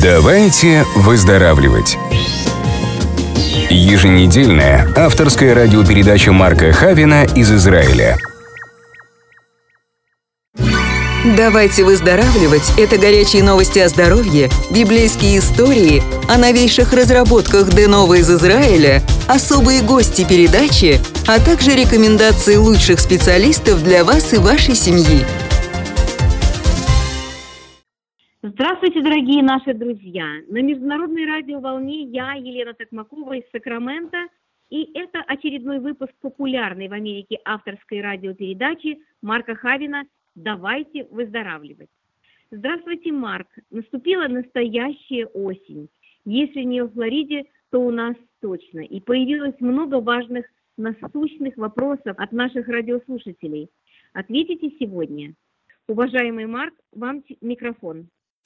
Давайте выздоравливать. Еженедельная авторская радиопередача Марка Хавина из Израиля. Давайте выздоравливать – это горячие новости о здоровье, библейские истории, о новейших разработках Денова из Израиля, особые гости передачи, а также рекомендации лучших специалистов для вас и вашей семьи. Здравствуйте, дорогие наши друзья! На международной радиоволне я, Елена Токмакова из Сакрамента, и это очередной выпуск популярной в Америке авторской радиопередачи Марка Хавина «Давайте выздоравливать». Здравствуйте, Марк! Наступила настоящая осень. Если не в Флориде, то у нас точно. И появилось много важных насущных вопросов от наших радиослушателей. Ответите сегодня. Уважаемый Марк, вам микрофон.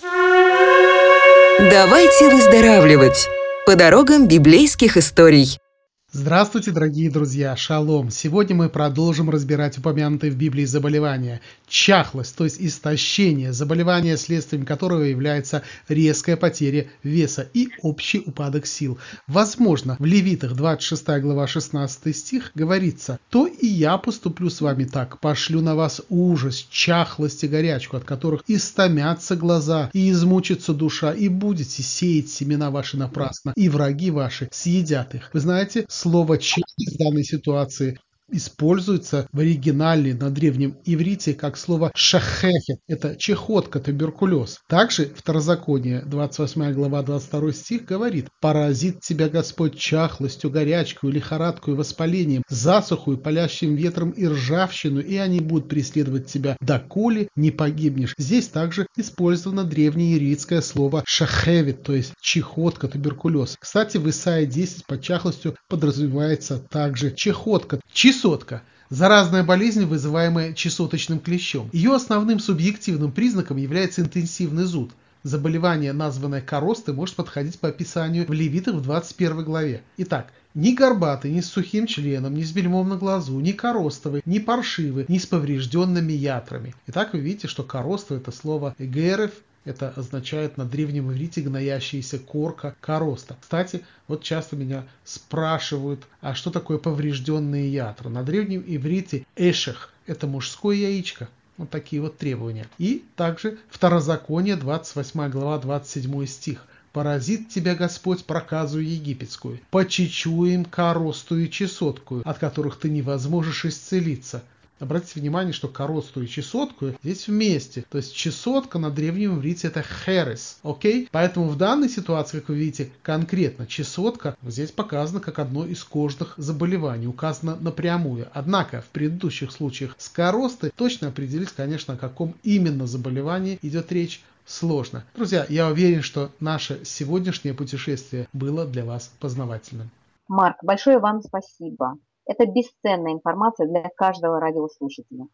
Давайте выздоравливать по дорогам библейских историй. Здравствуйте, дорогие друзья! Шалом! Сегодня мы продолжим разбирать упомянутые в Библии заболевания. Чахлость, то есть истощение, заболевание, следствием которого является резкая потеря веса и общий упадок сил. Возможно, в Левитах 26 глава 16 стих говорится: «То и я поступлю с вами так, пошлю на вас ужас, чахлость и горячку, от которых истомятся глаза, и измучится душа, и будете сеять семена ваши напрасно, и враги ваши съедят их». Вы знаете, слово «чахлость» в данной ситуации используется в оригинале на древнем иврите как слово «шахехет». Это чехотка, туберкулез. Также Второзаконие, 28 глава, 22 стих говорит: «Поразит тебя Господь чахлостью, горячкой, лихорадкой, воспалением, засухой, палящим ветром и ржавчину, и они будут преследовать тебя, доколе не погибнешь». Здесь также использовано древнееврейское слово «шахевет», то есть чехотка, туберкулез. Кстати, в Исаии 10 под чахлостью подразумевается также чехотка. Чесотка – заразная болезнь, вызываемая чесоточным клещом. Ее основным субъективным признаком является интенсивный зуд. Заболевание, названное коростой, может подходить по описанию в Левитах в 21 главе. Итак, ни горбатый, ни с сухим членом, ни с бельмом на глазу, ни коростовый, ни паршивый, ни с поврежденными ятрами. Итак, вы видите, что короста – это слово «эгерев». Это означает на древнем иврите гноящаяся корка, короста. Кстати, вот часто меня спрашивают, а что такое поврежденные ятра? На древнем иврите эшех – это мужское яичко. Вот такие вот требования. И также Второзаконие, 28 глава, 27 стих. «Поразит тебя Господь проказу египетскую, почечуем коросту и чесотку, от которых ты не возможешь исцелиться». Обратите внимание, что коросту и чесотку здесь вместе. То есть чесотка на древнем иврите это херес. Окей? Поэтому в данной ситуации, как вы видите, конкретно чесотка здесь показана как одно из кожных заболеваний. Указано напрямую. Однако в предыдущих случаях с коростой точно определить, конечно, о каком именно заболевании идет речь, сложно. Друзья, я уверен, что наше сегодняшнее путешествие было для вас познавательным. Марк, большое вам спасибо. Это бесценная информация для каждого радиослушателя.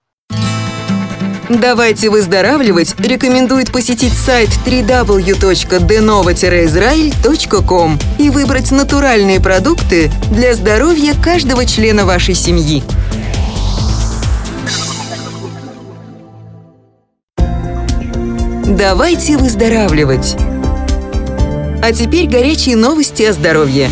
Давайте выздоравливать рекомендует посетить сайт www.denova-israel.com и выбрать натуральные продукты для здоровья каждого члена вашей семьи. Давайте выздоравливать. А теперь горячие новости о здоровье.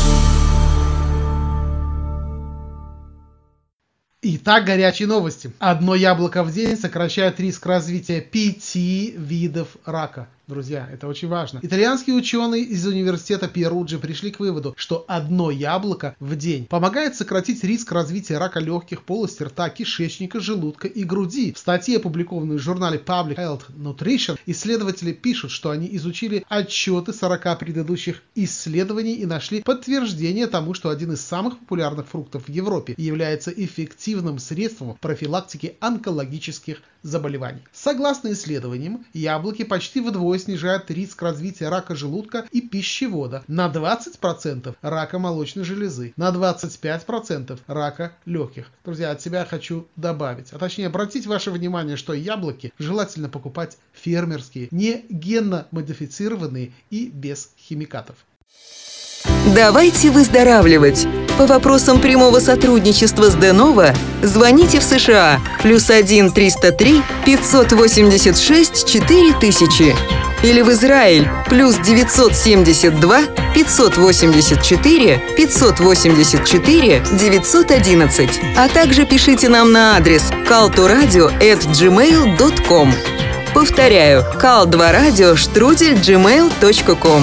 Итак, горячие новости. Одно яблоко в день сокращает риск развития 5 видов рака. Друзья, это очень важно. Итальянские ученые из университета Пьеруджи пришли к выводу, что одно яблоко в день помогает сократить риск развития рака легких, полости рта, кишечника, желудка и груди. В статье, опубликованной в журнале Public Health Nutrition, исследователи пишут, что они изучили отчеты 40 предыдущих исследований и нашли подтверждение тому, что один из самых популярных фруктов в Европе является эффективным средством профилактики онкологических заболеваний. Согласно исследованиям, яблоки почти вдвое снижают риск развития рака желудка и пищевода, на 20% рака молочной железы, на 25% рака легких. Друзья, от себя хочу добавить, а точнее обратить ваше внимание, что яблоки желательно покупать фермерские, не генно-модифицированные и без химикатов. Давайте выздоравливать. По вопросам прямого сотрудничества с Денова звоните в США +1 303 586 4000. Или в Израиль +972 584 584 911. А также пишите нам на адрес call2radio@gmail.com. Повторяю, call2radio@gmail.com.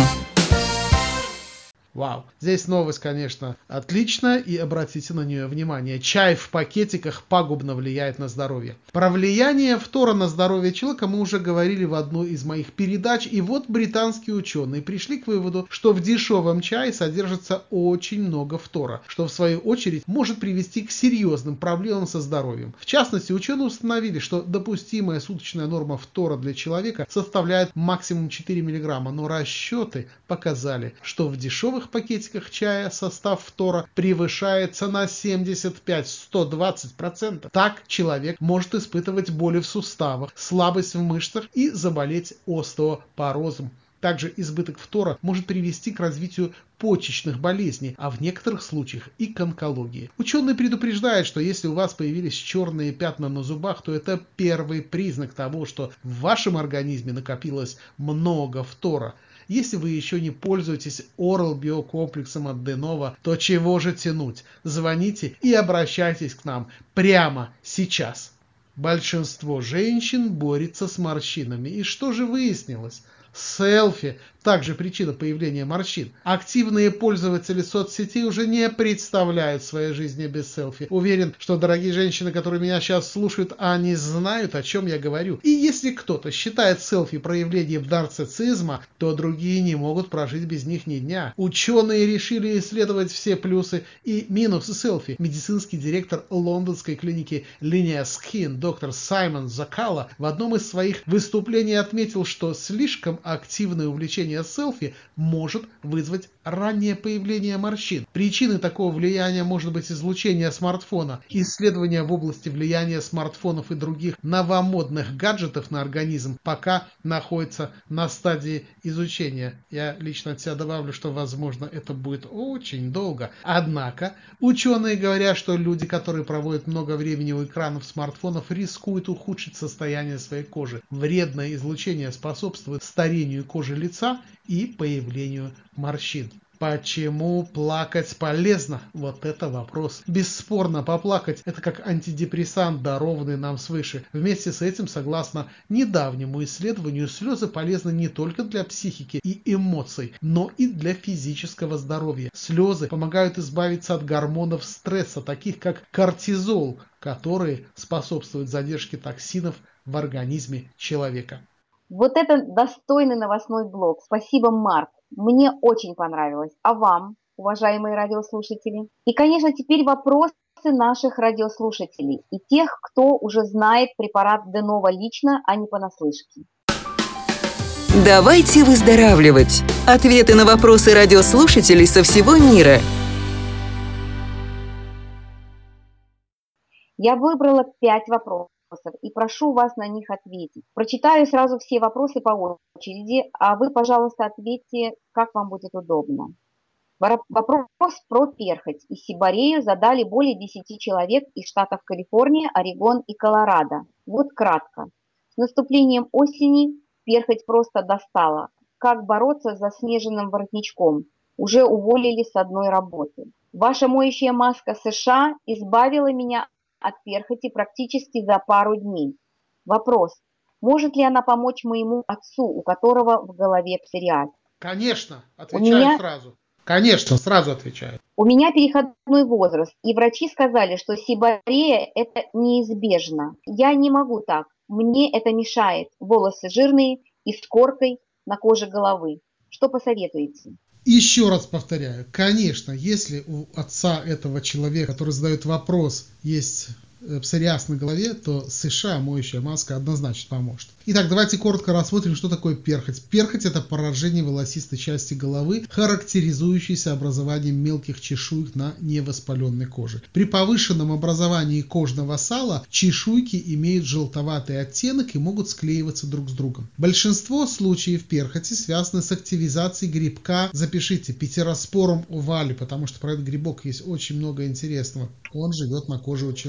Вау. Здесь новость, конечно, отличная, и обратите на нее внимание. Чай в пакетиках пагубно влияет на здоровье. Про влияние фтора на здоровье человека мы уже говорили в одной из моих передач, и вот британские ученые пришли к выводу, что в дешевом чае содержится очень много фтора, что в свою очередь может привести к серьезным проблемам со здоровьем. В частности, ученые установили, что допустимая суточная норма фтора для человека составляет максимум 4 мг, но расчеты показали, что в дешевых пакетиках чая состав фтора превышается на 75-120%. Так человек может испытывать боли в суставах, слабость в мышцах и заболеть остеопорозом. Также избыток фтора может привести к развитию почечных болезней, а в некоторых случаях и к онкологии. Ученые предупреждают, что если у вас появились черные пятна на зубах, то это первый признак того, что в вашем организме накопилось много фтора. Если вы еще не пользуетесь Oral биокомплексом от Denova, то чего же тянуть? Звоните и обращайтесь к нам прямо сейчас. Большинство женщин борется с морщинами. И что же выяснилось? Селфи также причина появления морщин. Активные пользователи соцсетей уже не представляют своей жизни без селфи. Уверен, что дорогие женщины, которые меня сейчас слушают, они знают, о чем я говорю. И если кто-то считает селфи проявлением нарциссизма, то другие не могут прожить без них ни дня. Ученые решили исследовать все плюсы и минусы селфи. Медицинский директор лондонской клиники Linear Skin доктор Саймон Закала в одном из своих выступлений отметил, что слишком активное увлечение селфи может вызвать раннее появление морщин. Причиной такого влияния может быть излучение смартфона. Исследования в области влияния смартфонов и других новомодных гаджетов на организм пока находятся на стадии изучения. Я лично от себя добавлю, что, возможно, это будет очень долго. Однако, ученые говорят, что люди, которые проводят много времени у экранов смартфонов, рискуют ухудшить состояние своей кожи. Вредное излучение способствует старению кожи лица и появлению морщин. Почему плакать полезно? Вот это вопрос. Бесспорно, поплакать – это как антидепрессант, дарованный нам свыше. Вместе с этим, согласно недавнему исследованию, слезы полезны не только для психики и эмоций, но и для физического здоровья. Слезы помогают избавиться от гормонов стресса, таких как кортизол, которые способствуют задержке токсинов в организме человека. Вот это достойный новостной блок. Спасибо, Марк. Мне очень понравилось. А вам, уважаемые радиослушатели? И, конечно, теперь вопросы наших радиослушателей и тех, кто уже знает препарат Denova лично, а не понаслышке. Давайте выздоравливать. Ответы на вопросы радиослушателей со всего мира. Я выбрала 5 вопросов и прошу вас на них ответить. Прочитаю сразу все вопросы по очереди, а вы, пожалуйста, ответьте, как вам будет удобно. Вопрос про перхоть и сиборею задали более 10 человек из штатов Калифорния, Орегон и Колорадо. Вот кратко. С наступлением осени перхоть просто достала. Как бороться с заснеженным воротничком? Уже уволили с одной работы. Ваша моющая маска США избавила меня от перхоти практически за пару дней. Вопрос. Может ли она помочь моему отцу, у которого в голове псориаз? Конечно, отвечаю сразу. Конечно, сразу отвечаю. У меня переходной возраст, и врачи сказали, что сиборея – это неизбежно. Я не могу так. Мне это мешает. Волосы жирные и с коркой на коже головы. Что посоветуете? Еще раз повторяю, конечно, если у отца этого человека, который задает вопрос, есть псориаз на голове, то США моющая маска однозначно поможет. Итак, давайте коротко рассмотрим, что такое перхоть. Перхоть – это поражение волосистой части головы, характеризующееся образованием мелких чешуек на невоспаленной коже. При повышенном образовании кожного сала чешуйки имеют желтоватый оттенок и могут склеиваться друг с другом. Большинство случаев перхоти связаны с активизацией грибка, запишите, питероспорум овали, потому что про этот грибок есть очень много интересного. Он живет на коже у человека.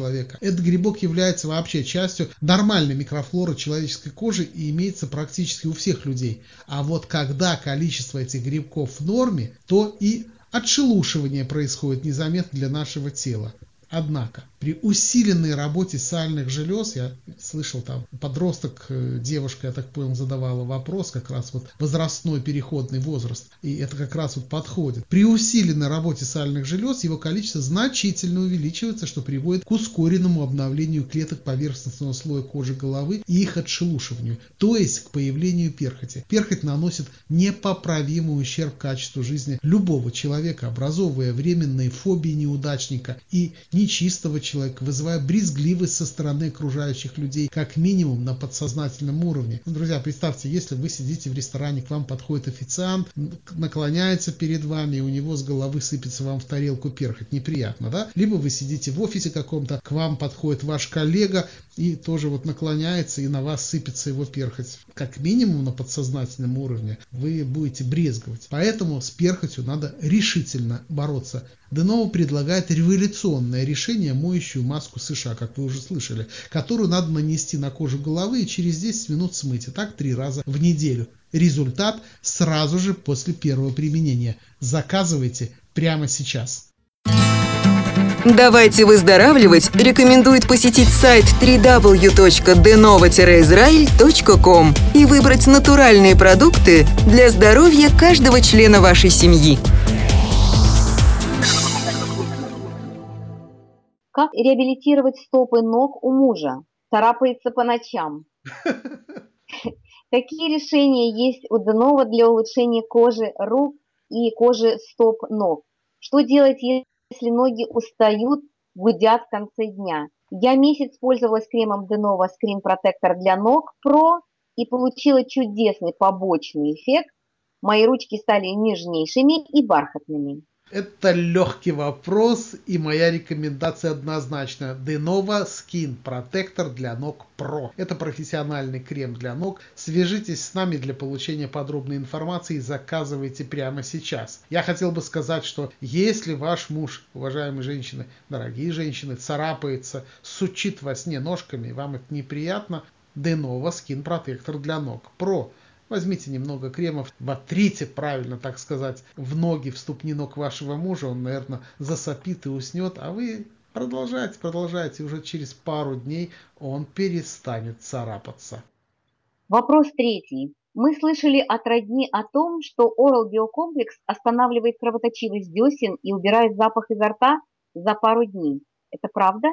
Этот грибок является вообще частью нормальной микрофлоры человеческой кожи и имеется практически у всех людей. А вот когда количество этих грибков в норме, то и отшелушивание происходит незаметно для нашего тела. Однако, при усиленной работе сальных желез, я слышал, там подросток, девушка, я так понял, задавала вопрос, как раз вот возрастной переходный возраст, и это как раз вот подходит. При усиленной работе сальных желез его количество значительно увеличивается, что приводит к ускоренному обновлению клеток поверхностного слоя кожи головы и их отшелушиванию, то есть к появлению перхоти. Перхоть наносит непоправимый ущерб качеству жизни любого человека, образовывая временные фобии неудачника и нечистого человека, вызывая брезгливость со стороны окружающих людей, как минимум на подсознательном уровне. Друзья, представьте, если вы сидите в ресторане, к вам подходит официант, наклоняется перед вами, и у него с головы сыпется вам в тарелку перхоть. Неприятно, да? Либо вы сидите в офисе каком-то, к вам подходит ваш коллега и тоже вот наклоняется, и на вас сыпется его перхоть. Как минимум на подсознательном уровне вы будете брезговать. Поэтому с перхотью надо решительно бороться. Денова предлагает революционное решение — моющую маску США, как вы уже слышали, которую надо нанести на кожу головы и через 10 минут смыть, и так 3 раза в неделю. Результат сразу же после первого применения. Заказывайте прямо сейчас. «Давайте выздоравливать» рекомендует посетить сайт www.denova-israel.com и выбрать натуральные продукты для здоровья каждого члена вашей семьи. Как реабилитировать стопы ног у мужа? Царапается по ночам. Какие решения есть у Денова для улучшения кожи рук и кожи стоп ног? Что делать, если ноги устают, гудят в конце дня? Я месяц пользовалась кремом Денова Screen Protector для ног Pro и получила чудесный побочный эффект. Мои ручки стали нежнейшими и бархатными. Это легкий вопрос, и моя рекомендация однозначна. Denova Skin Protector для ног Pro. Это профессиональный крем для ног. Свяжитесь с нами для получения подробной информации и заказывайте прямо сейчас. Я хотел бы сказать, что если ваш муж, уважаемые женщины, дорогие женщины, царапается, сучит во сне ножками, вам это неприятно, Denova Skin Protector для ног Pro. Возьмите немного кремов, вотрите, правильно так сказать, в ноги, в ступни ног вашего мужа, он, наверное, засопит и уснет, а вы продолжайте, уже через пару дней он перестанет царапаться. Вопрос третий. Мы слышали от родни о том, что Oral Bio-комплекс останавливает кровоточивость десен и убирает запах изо рта за пару дней. Это правда?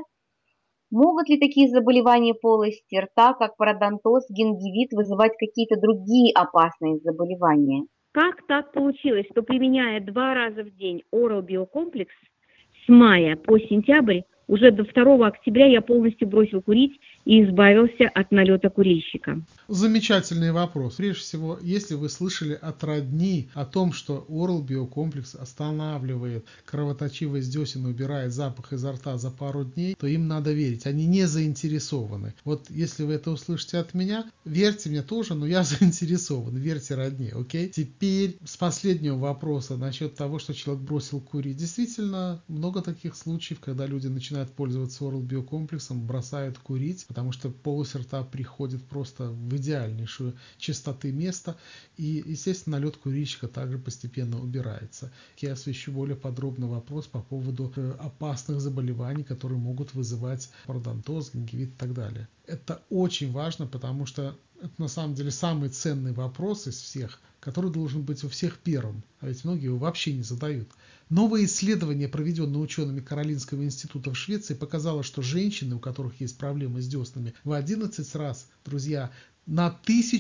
Могут ли такие заболевания полости рта, как пародонтоз, гингивит, вызывать какие-то другие опасные заболевания? Как так получилось, что, применяя 2 раза в день Oral Bio-комплекс, с мая по сентябрь, уже до 2 октября я полностью бросил курить и избавился от налета курильщика? Замечательный вопрос. Прежде всего, если вы слышали от родни о том, что Oral Bio-комплекс останавливает кровоточивость десен и убирает запах изо рта за пару дней, то им надо верить. Они не заинтересованы. Вот если вы это услышите от меня, верьте мне тоже, но я заинтересован. Верьте родне, окей? Теперь с последнего вопроса насчет того, что человек бросил курить. Действительно, много таких случаев, когда люди начинают пользоваться Oral Bio-комплексом, бросают курить, потому что полость рта приходит просто в идеальнейшую чистоты место, и, естественно, налет курильщика также постепенно убирается. Я освещу более подробно вопрос по поводу опасных заболеваний, которые могут вызывать пародонтоз, гингивит и так далее. Это очень важно, потому что это на самом деле самый ценный вопрос из всех, который должен быть у всех первым, а ведь многие его вообще не задают. Новое исследование, проведенное учеными Каролинского института в Швеции, показало, что женщины, у которых есть проблемы с деснами, в 11 раз, друзья, на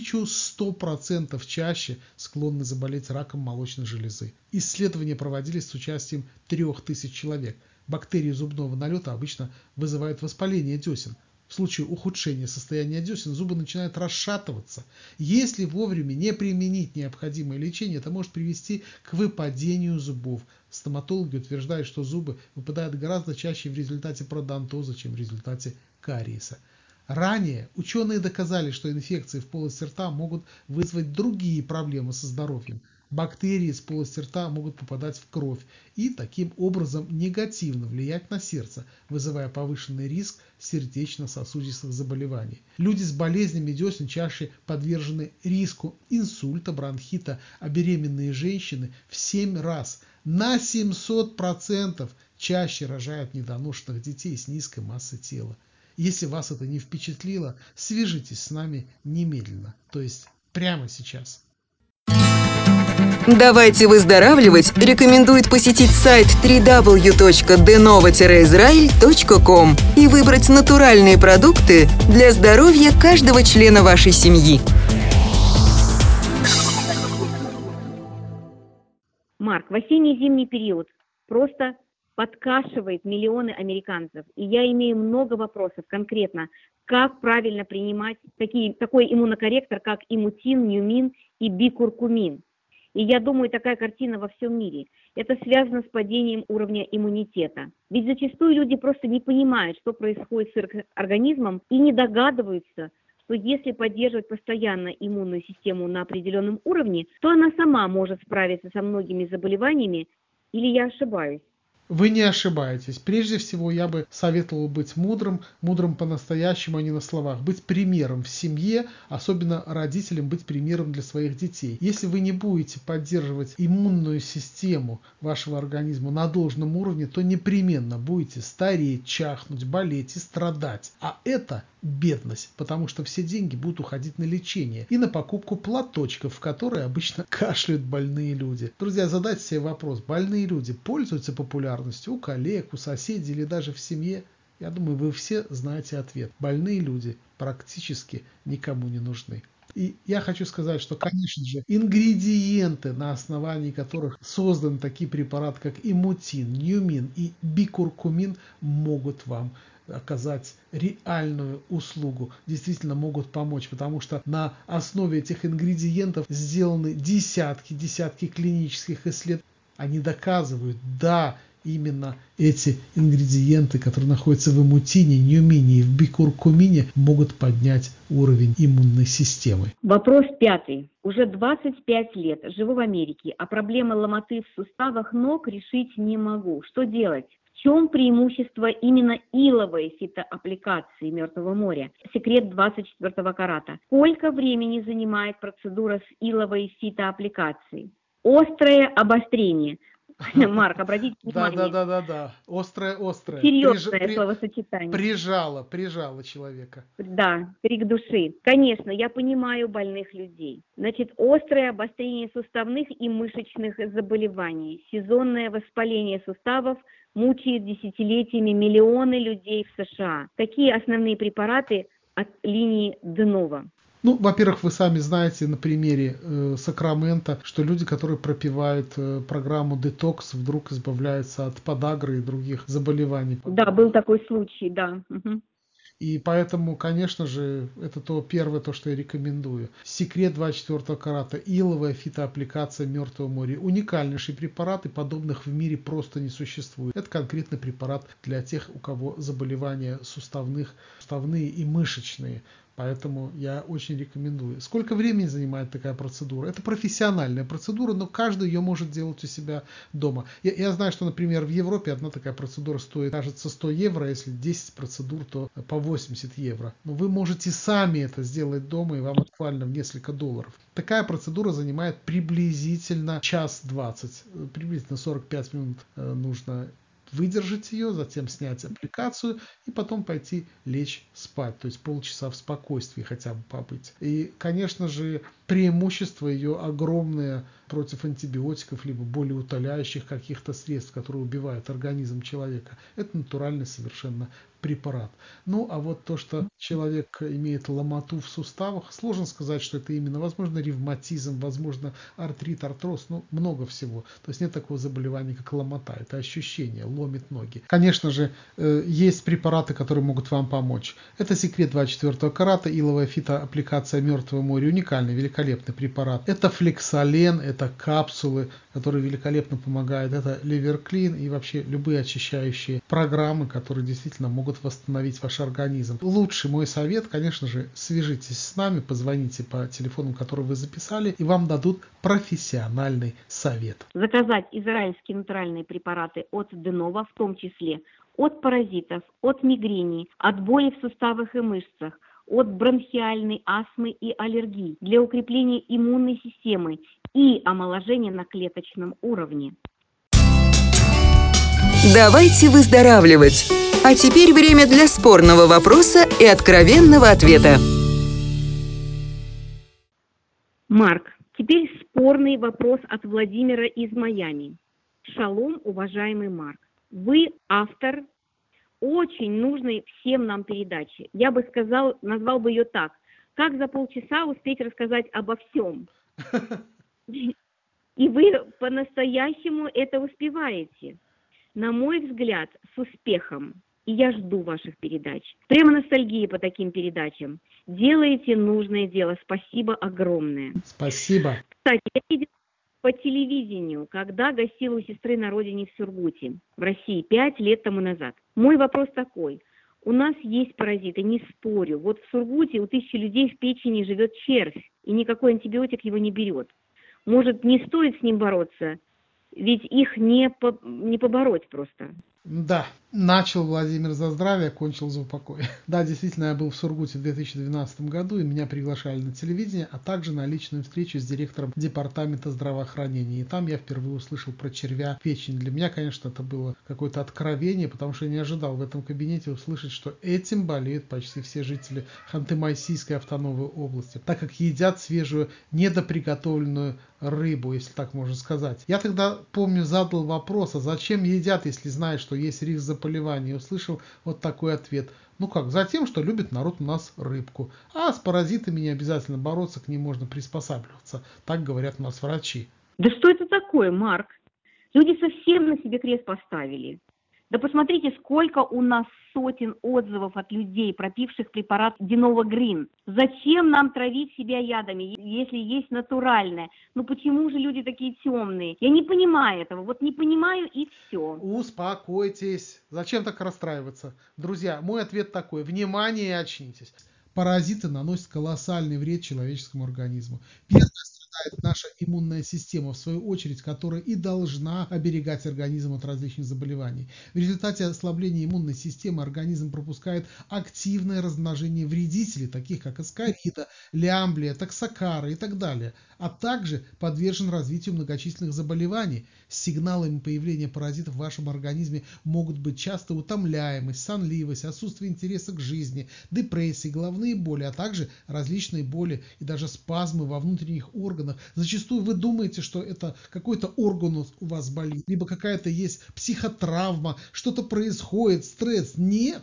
1100% чаще склонны заболеть раком молочной железы. Исследования проводились с участием 3000 человек. Бактерии зубного налета обычно вызывают воспаление десен. В случае ухудшения состояния десен зубы начинают расшатываться. Если вовремя не применить необходимое лечение, это может привести к выпадению зубов. Стоматологи утверждают, что зубы выпадают гораздо чаще в результате пародонтоза, чем в результате кариеса. Ранее ученые доказали, что инфекции в полости рта могут вызвать другие проблемы со здоровьем. Бактерии из полости рта могут попадать в кровь и таким образом негативно влиять на сердце, вызывая повышенный риск сердечно-сосудистых заболеваний. Люди с болезнями десен чаще подвержены риску инсульта, бронхита, а беременные женщины в 7 раз, на 700% чаще рожают недоношенных детей с низкой массой тела. Если вас это не впечатлило, свяжитесь с нами немедленно, то есть прямо сейчас. «Давайте выздоравливать» рекомендует посетить сайт www.denova-israel.com и выбрать натуральные продукты для здоровья каждого члена вашей семьи. Марк, в осенне-зимний период просто подкашивает миллионы американцев. И я имею много вопросов конкретно, как правильно принимать такой иммунокорректор, как имутин, ньюмин и бикуркумин. И я думаю, такая картина во всем мире. Это связано с падением уровня иммунитета. Ведь зачастую люди просто не понимают, что происходит с их организмом, и не догадываются, что если поддерживать постоянно иммунную систему на определенном уровне, то она сама может справиться со многими заболеваниями, или я ошибаюсь? Вы не ошибаетесь. Прежде всего, я бы советовал быть мудрым по-настоящему, а не на словах. Быть примером в семье, особенно родителям быть примером для своих детей. Если вы не будете поддерживать иммунную систему вашего организма на должном уровне, то непременно будете стареть, чахнуть, болеть и страдать. А это бедность, потому что все деньги будут уходить на лечение и на покупку платочков, в которые обычно кашляют больные люди. Друзья, задайте себе вопрос: больные люди пользуются популярностью у коллег, у соседей или даже в семье? Я думаю, вы все знаете ответ. Больные люди практически никому не нужны. И я хочу сказать, что, конечно же, ингредиенты, на основании которых созданы такие препараты, как имутин, ньюмин и бикуркумин, могут вам оказать реальную услугу, действительно могут помочь, потому что на основе этих ингредиентов сделаны десятки клинических исследований. Они доказывают, да, именно эти ингредиенты, которые находятся в имутине, ньюмине и в бикуркумине, могут поднять уровень иммунной системы. Вопрос 5. Уже 25 лет живу в Америке, а проблемы ломоты в суставах ног решить не могу. Что делать? В чем преимущество именно иловой фитоаппликации Мертвого моря? Секрет 24 карата. Сколько времени занимает процедура с иловой фитоаппликацией? Острое обострение. Марк, обратите внимание. Да. Острое. Серьезное словосочетание. Прижало человека. Да, крик души. Конечно, я понимаю больных людей. Значит, острое обострение суставных и мышечных заболеваний, сезонное воспаление суставов мучает десятилетиями миллионы людей в США. Какие основные препараты от линии Денова? Ну, во-первых, вы сами знаете на примере Сакрамента, что люди, которые пропивают программу детокс, вдруг избавляются от подагры и других заболеваний. Да, был такой случай, да. Угу. И поэтому, конечно же, это первое, что я рекомендую. Секрет 24 карата. Иловая фитоаппликация Мертвого моря. Уникальнейший препарат, и подобных в мире просто не существует. Это конкретный препарат для тех, у кого заболевания суставные и мышечные. Поэтому я очень рекомендую. Сколько времени занимает такая процедура? Это профессиональная процедура, но каждый ее может делать у себя дома. Я знаю, что, например, в Европе одна такая процедура стоит, кажется, 100 евро, если 10 процедур, то по 80 евро. Но вы можете сами это сделать дома, и вам буквально в несколько долларов. Такая процедура занимает приблизительно час 20, приблизительно 45 минут нужно выдержать ее, затем снять аппликацию и потом пойти лечь спать, то есть полчаса в спокойствии хотя бы побыть. И, конечно же, преимущество ее огромное против антибиотиков, либо более утоляющих каких-то средств, которые убивают организм человека. Это натуральный совершенно препарат. Ну, а вот то, что человек имеет ломоту в суставах, сложно сказать, что это именно. Возможно, ревматизм, возможно, артрит, артроз, много всего. То есть нет такого заболевания, как ломота. Это ощущение, ломит ноги. Конечно же, есть препараты, которые могут вам помочь. Это секрет 24 карата, иловая фитоаппликация Мертвого моря. Уникальный, великолепный великолепный препарат. Это флексолен, это капсулы, которые великолепно помогают. Это ливерклин и вообще любые очищающие программы, которые действительно могут восстановить ваш организм. Лучший мой совет, конечно же, свяжитесь с нами, позвоните по телефону, который вы записали, и вам дадут профессиональный совет. Заказать израильские натуральные препараты от Денова, в том числе от паразитов, от мигрени, от боли в суставах и мышцах, от бронхиальной астмы и аллергий, для укрепления иммунной системы и омоложения на клеточном уровне. Давайте выздоравливать. А теперь время для спорного вопроса и откровенного ответа. Марк, теперь спорный вопрос от Владимира из Майами. Шалом, уважаемый Марк. Вы автор очень нужной всем нам передачи. Я бы назвал бы ее так. Как за полчаса успеть рассказать обо всем? И вы по-настоящему это успеваете. На мой взгляд, с успехом. И я жду ваших передач. Прямо ностальгия по таким передачам. Делаете нужное дело. Спасибо огромное. Спасибо. Кстати, я видела по телевидению, когда гостила у сестры на родине в Сургуте, в России, 5 лет тому назад. Мой вопрос такой. У нас есть паразиты, не спорю. Вот в Сургуте у 1000 людей в печени живет червь, и никакой антибиотик его не берет. Может, не стоит с ним бороться, ведь их не побороть просто. Да, начал Владимир за здравие, кончил за упокой. Да, действительно, я был в Сургуте в 2012 году, и меня приглашали на телевидение, а также на личную встречу с директором департамента здравоохранения. И там я впервые услышал про червя в печени. Для меня, конечно, это было какое-то откровение, потому что я не ожидал в этом кабинете услышать, что этим болеют почти все жители Ханты-Мансийской автономной области, так как едят свежую, недоприготовленную рыбу, если так можно сказать. Я тогда, помню, задал вопрос, а зачем едят, если знают, что есть риск заболевания, и услышал вот такой ответ. Ну как, затем, что любит народ у нас рыбку. А с паразитами не обязательно бороться, к ним можно приспосабливаться. Так говорят у нас врачи. Да что это такое, Марк? Люди совсем на себе крест поставили. Да посмотрите, сколько у нас сотен отзывов от людей, пропивших препарат Денова Грин. Зачем нам травить себя ядами, если есть натуральное? Ну почему же люди такие темные? Я не понимаю этого, вот не понимаю и все. Успокойтесь. Зачем так расстраиваться? Друзья, мой ответ такой. Внимание и очнитесь. Паразиты наносят колоссальный вред человеческому организму. Первое, страдает наша иммунная система, в свою очередь, которая и должна оберегать организм от различных заболеваний. В результате ослабления иммунной системы организм пропускает активное размножение вредителей, таких как аскарида, лямблия, токсокара и так далее, а также подвержен развитию многочисленных заболеваний. Сигналами появления паразитов в вашем организме могут быть часто утомляемость, сонливость, отсутствие интереса к жизни, депрессии, головные боли, а также различные боли и даже спазмы во внутренних органах. Зачастую вы думаете, что это какой-то орган у вас болит, либо какая-то есть психотравма, что-то происходит, стресс. Нет!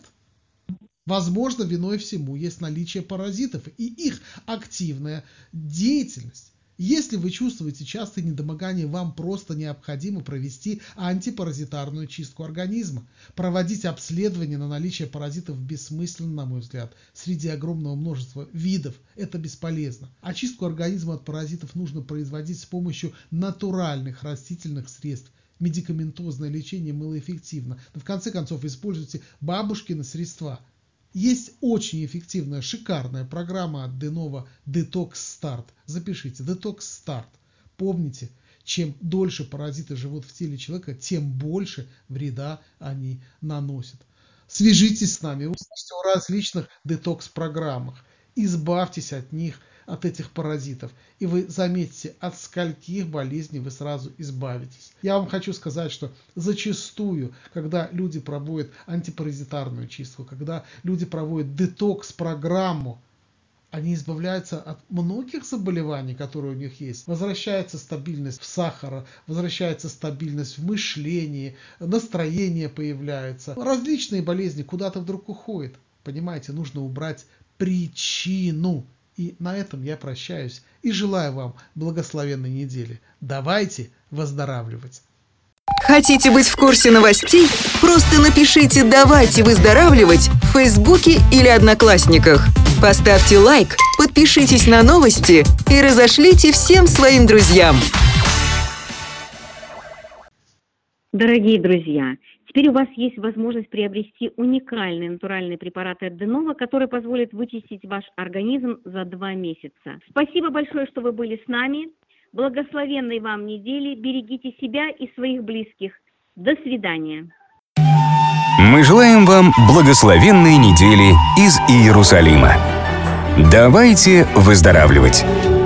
Возможно, виной всему есть наличие паразитов и их активная деятельность. Если вы чувствуете частые недомогания, вам просто необходимо провести антипаразитарную чистку организма. Проводить обследование на наличие паразитов бессмысленно, на мой взгляд. Среди огромного множества видов это бесполезно. Очистку организма от паразитов нужно производить с помощью натуральных растительных средств. Медикаментозное лечение малоэффективно. Но в конце концов используйте бабушкины средства. Есть очень эффективная, шикарная программа от Денова Detox Start. Запишите, Detox Start. Помните, чем дольше паразиты живут в теле человека, тем больше вреда они наносят. Свяжитесь с нами, услышьте о различных детокс-программах. Избавьтесь от них, от этих паразитов. И вы заметите, от скольких болезней вы сразу избавитесь. Я вам хочу сказать, что зачастую, когда люди проводят антипаразитарную чистку, когда люди проводят детокс-программу, они избавляются от многих заболеваний, которые у них есть. Возвращается стабильность в сахара, возвращается стабильность в мышлении, настроение появляется. Различные болезни куда-то вдруг уходят. Понимаете, нужно убрать причину. И на этом я прощаюсь и желаю вам благословенной недели. Давайте выздоравливать. Хотите быть в курсе новостей? Просто напишите «Давайте выздоравливать» в Фейсбуке или Одноклассниках. Поставьте лайк, подпишитесь на новости и разошлите всем своим друзьям. Дорогие друзья, теперь у вас есть возможность приобрести уникальные натуральные препараты от Денова, которые позволят вычистить ваш организм за 2 месяца. Спасибо большое, что вы были с нами. Благословенной вам недели. Берегите себя и своих близких. До свидания. Мы желаем вам благословенной недели из Иерусалима. Давайте выздоравливать.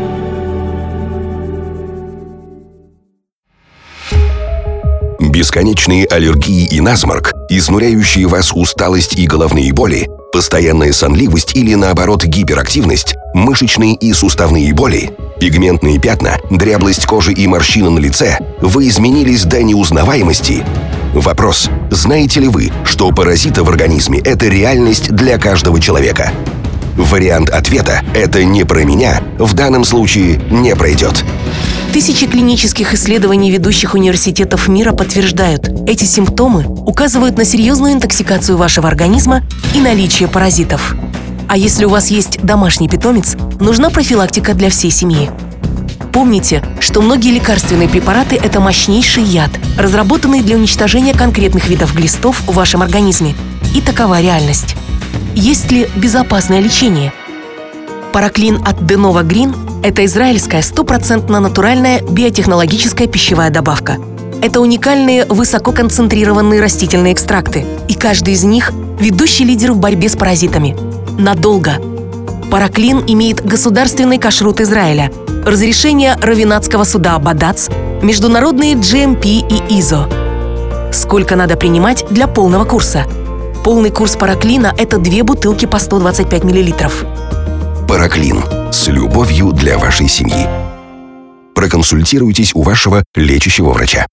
Бесконечные аллергии и насморк, изнуряющие вас усталость и головные боли, постоянная сонливость или, наоборот, гиперактивность, мышечные и суставные боли, пигментные пятна, дряблость кожи и морщины на лице, вы изменились до неузнаваемости? Вопрос: знаете ли вы, что паразиты в организме – это реальность для каждого человека? Вариант ответа «это не про меня» в данном случае не пройдет. Тысячи клинических исследований ведущих университетов мира подтверждают, эти симптомы указывают на серьезную интоксикацию вашего организма и наличие паразитов. А если у вас есть домашний питомец, нужна профилактика для всей семьи. Помните, что многие лекарственные препараты – это мощнейший яд, разработанный для уничтожения конкретных видов глистов в вашем организме. И такова реальность. Есть ли безопасное лечение? Параклин от Denova Green – это израильская 100% натуральная биотехнологическая пищевая добавка. Это уникальные высококонцентрированные растительные экстракты, и каждый из них – ведущий лидер в борьбе с паразитами. Надолго. Параклин имеет государственный кашрут Израиля, разрешение Равинатского суда Бадац, международные GMP и ISO. Сколько надо принимать для полного курса? Полный курс Параклина – это 2 бутылки по 125 мл. Параклин. С любовью для вашей семьи. Проконсультируйтесь у вашего лечащего врача.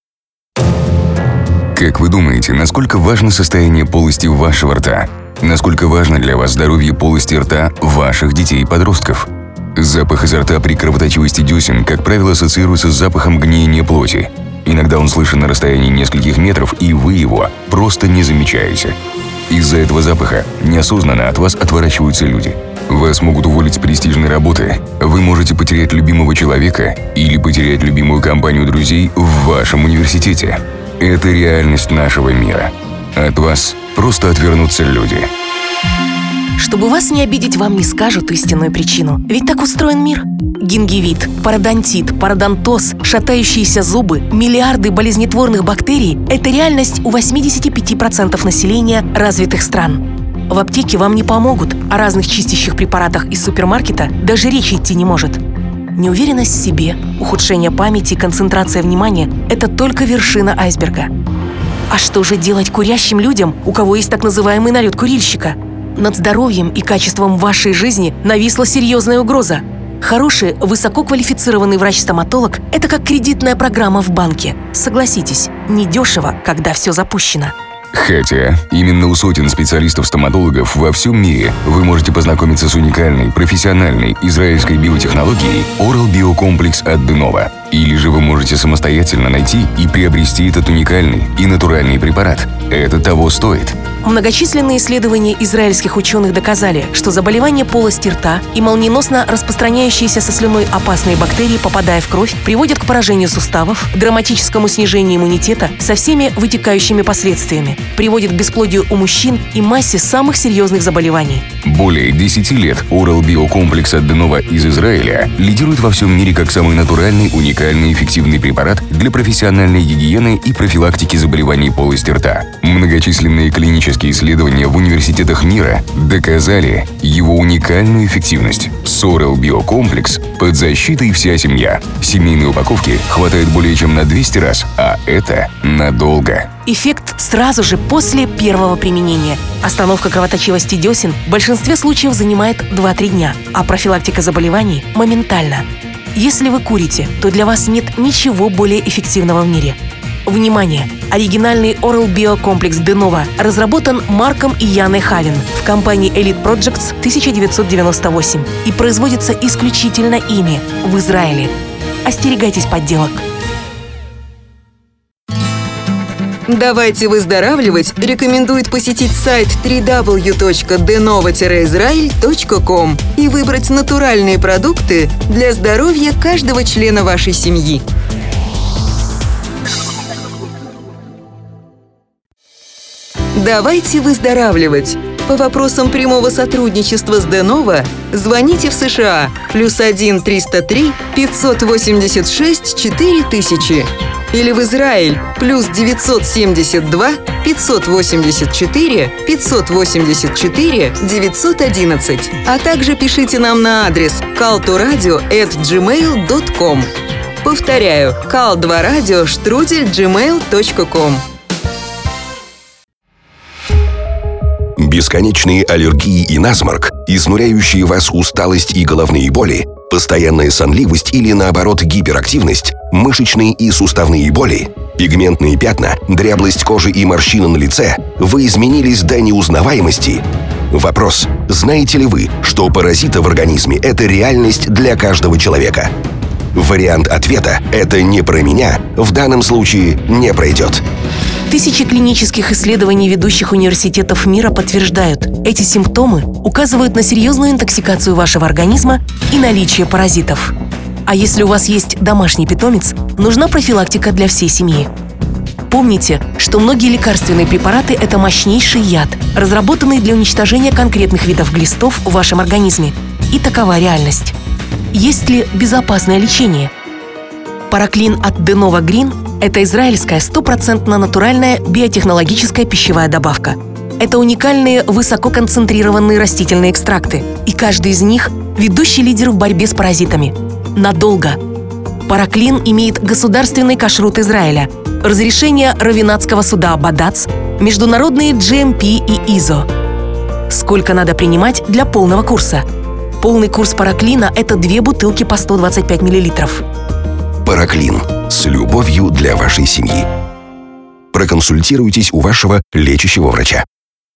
Как вы думаете, насколько важно состояние полости вашего рта? Насколько важно для вас здоровье полости рта ваших детей и подростков? Запах изо рта при кровоточивости десен, как правило, ассоциируется с запахом гниения плоти. Иногда он слышен на расстоянии нескольких метров, и вы его просто не замечаете. Из-за этого запаха неосознанно от вас отворачиваются люди. Вас могут уволить с престижной работы, вы можете потерять любимого человека или потерять любимую компанию друзей в вашем университете. Это реальность нашего мира. От вас просто отвернутся люди. Чтобы вас не обидеть, вам не скажут истинную причину. Ведь так устроен мир. Гингивит, пародонтит, пародонтоз, шатающиеся зубы, миллиарды болезнетворных бактерий – это реальность у 85% населения развитых стран. В аптеке вам не помогут, о разных чистящих препаратах из супермаркета даже речи идти не может. Неуверенность в себе, ухудшение памяти и концентрация внимания – это только вершина айсберга. А что же делать курящим людям, у кого есть так называемый налет курильщика? Над здоровьем и качеством вашей жизни нависла серьезная угроза. Хороший, высококвалифицированный врач-стоматолог – это как кредитная программа в банке. Согласитесь, недешево, когда все запущено. Хотя именно у сотен специалистов-стоматологов во всем мире вы можете познакомиться с уникальной, профессиональной израильской биотехнологией Oral Bio Complex от Denova. Или же вы можете самостоятельно найти и приобрести этот уникальный и натуральный препарат. Это того стоит. Многочисленные исследования израильских ученых доказали, что заболевания полости рта и молниеносно распространяющиеся со слюной опасные бактерии, попадая в кровь, приводят к поражению суставов, драматическому снижению иммунитета со всеми вытекающими последствиями, приводит к бесплодию у мужчин и массе самых серьезных заболеваний. Более 10 лет Oral Bio Complex от Denova из Израиля лидирует во всем мире как самый натуральный, уникальный и эффективный препарат для профессиональной гигиены и профилактики заболеваний полости рта. Многочисленные клинические исследования в университетах мира доказали его уникальную эффективность. С Oral Bio Complex под защитой вся семья. Семейной упаковки хватает более чем на 200 раз, а это надолго. Эффект сразу же после первого применения. Остановка кровоточивости десен в большинстве случаев занимает 2-3 дня, а профилактика заболеваний – моментально. Если вы курите, то для вас нет ничего более эффективного в мире. Внимание! Оригинальный Oral Bio Complex Denova разработан Марком и Яной Хавин в компании Elite Projects 1998 и производится исключительно ими в Израиле. Остерегайтесь подделок. «Давайте выздоравливать» рекомендует посетить сайт www.denova-israel.com и выбрать натуральные продукты для здоровья каждого члена вашей семьи. «Давайте выздоравливать». По вопросам прямого сотрудничества с Денова звоните в США +1 303 586 4000 или в Израиль +972 584 584 911, а также пишите нам на адрес call2radio@gmail.com. Повторяю, call2radio@gmail.com. Бесконечные аллергии и насморк, изнуряющие вас усталость и головные боли, постоянная сонливость или, наоборот, гиперактивность, мышечные и суставные боли, пигментные пятна, дряблость кожи и морщины на лице, вы изменились до неузнаваемости? Вопрос: знаете ли вы, что паразиты в организме – это реальность для каждого человека? Вариант ответа «это не про меня» в данном случае не пройдет. Тысячи клинических исследований ведущих университетов мира подтверждают, эти симптомы указывают на серьезную интоксикацию вашего организма и наличие паразитов. А если у вас есть домашний питомец, нужна профилактика для всей семьи. Помните, что многие лекарственные препараты – это мощнейший яд, разработанный для уничтожения конкретных видов глистов в вашем организме. И такова реальность. Есть ли безопасное лечение? Параклин от Denova Green – это израильская 100% натуральная биотехнологическая пищевая добавка. Это уникальные высококонцентрированные растительные экстракты, и каждый из них – ведущий лидер в борьбе с паразитами. Надолго. Параклин имеет государственный кашрут Израиля, разрешение Равинатского суда Бадац, международные GMP и ISO. Сколько надо принимать для полного курса? Полный курс параклина – это 2 бутылки по 125 мл. Параклин. С любовью для вашей семьи. Проконсультируйтесь у вашего лечащего врача.